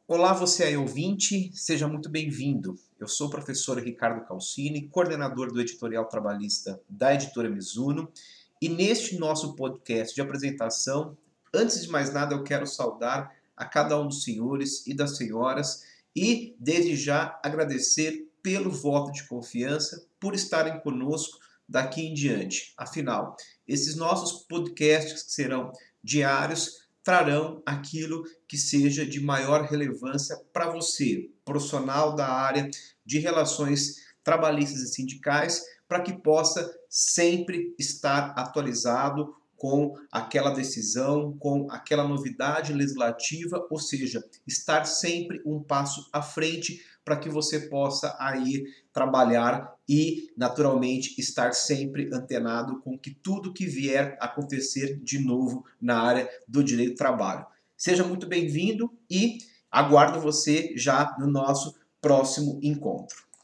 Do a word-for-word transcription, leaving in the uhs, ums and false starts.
Olá, você aí ouvinte, seja muito bem-vindo. Eu sou o professor Ricardo Calcini, coordenador do editorial trabalhista da editora Mizuno, e neste nosso podcast de apresentação, antes de mais nada, eu quero saudar a cada um dos senhores e das senhoras e, desde já, agradecer pelo voto de confiança, por estarem conosco daqui em diante. Afinal, esses nossos podcasts que serão diários trarão aquilo que seja de maior relevância para você, profissional da área de relações trabalhistas e sindicais, para que possa sempre estar atualizado com aquela decisão, com aquela novidade legislativa, ou seja, estar sempre um passo à frente para que você possa aí trabalhar e, naturalmente, estar sempre antenado com que tudo que vier a acontecer de novo na área do direito do trabalho. Seja muito bem-vindo e aguardo você já no nosso próximo encontro.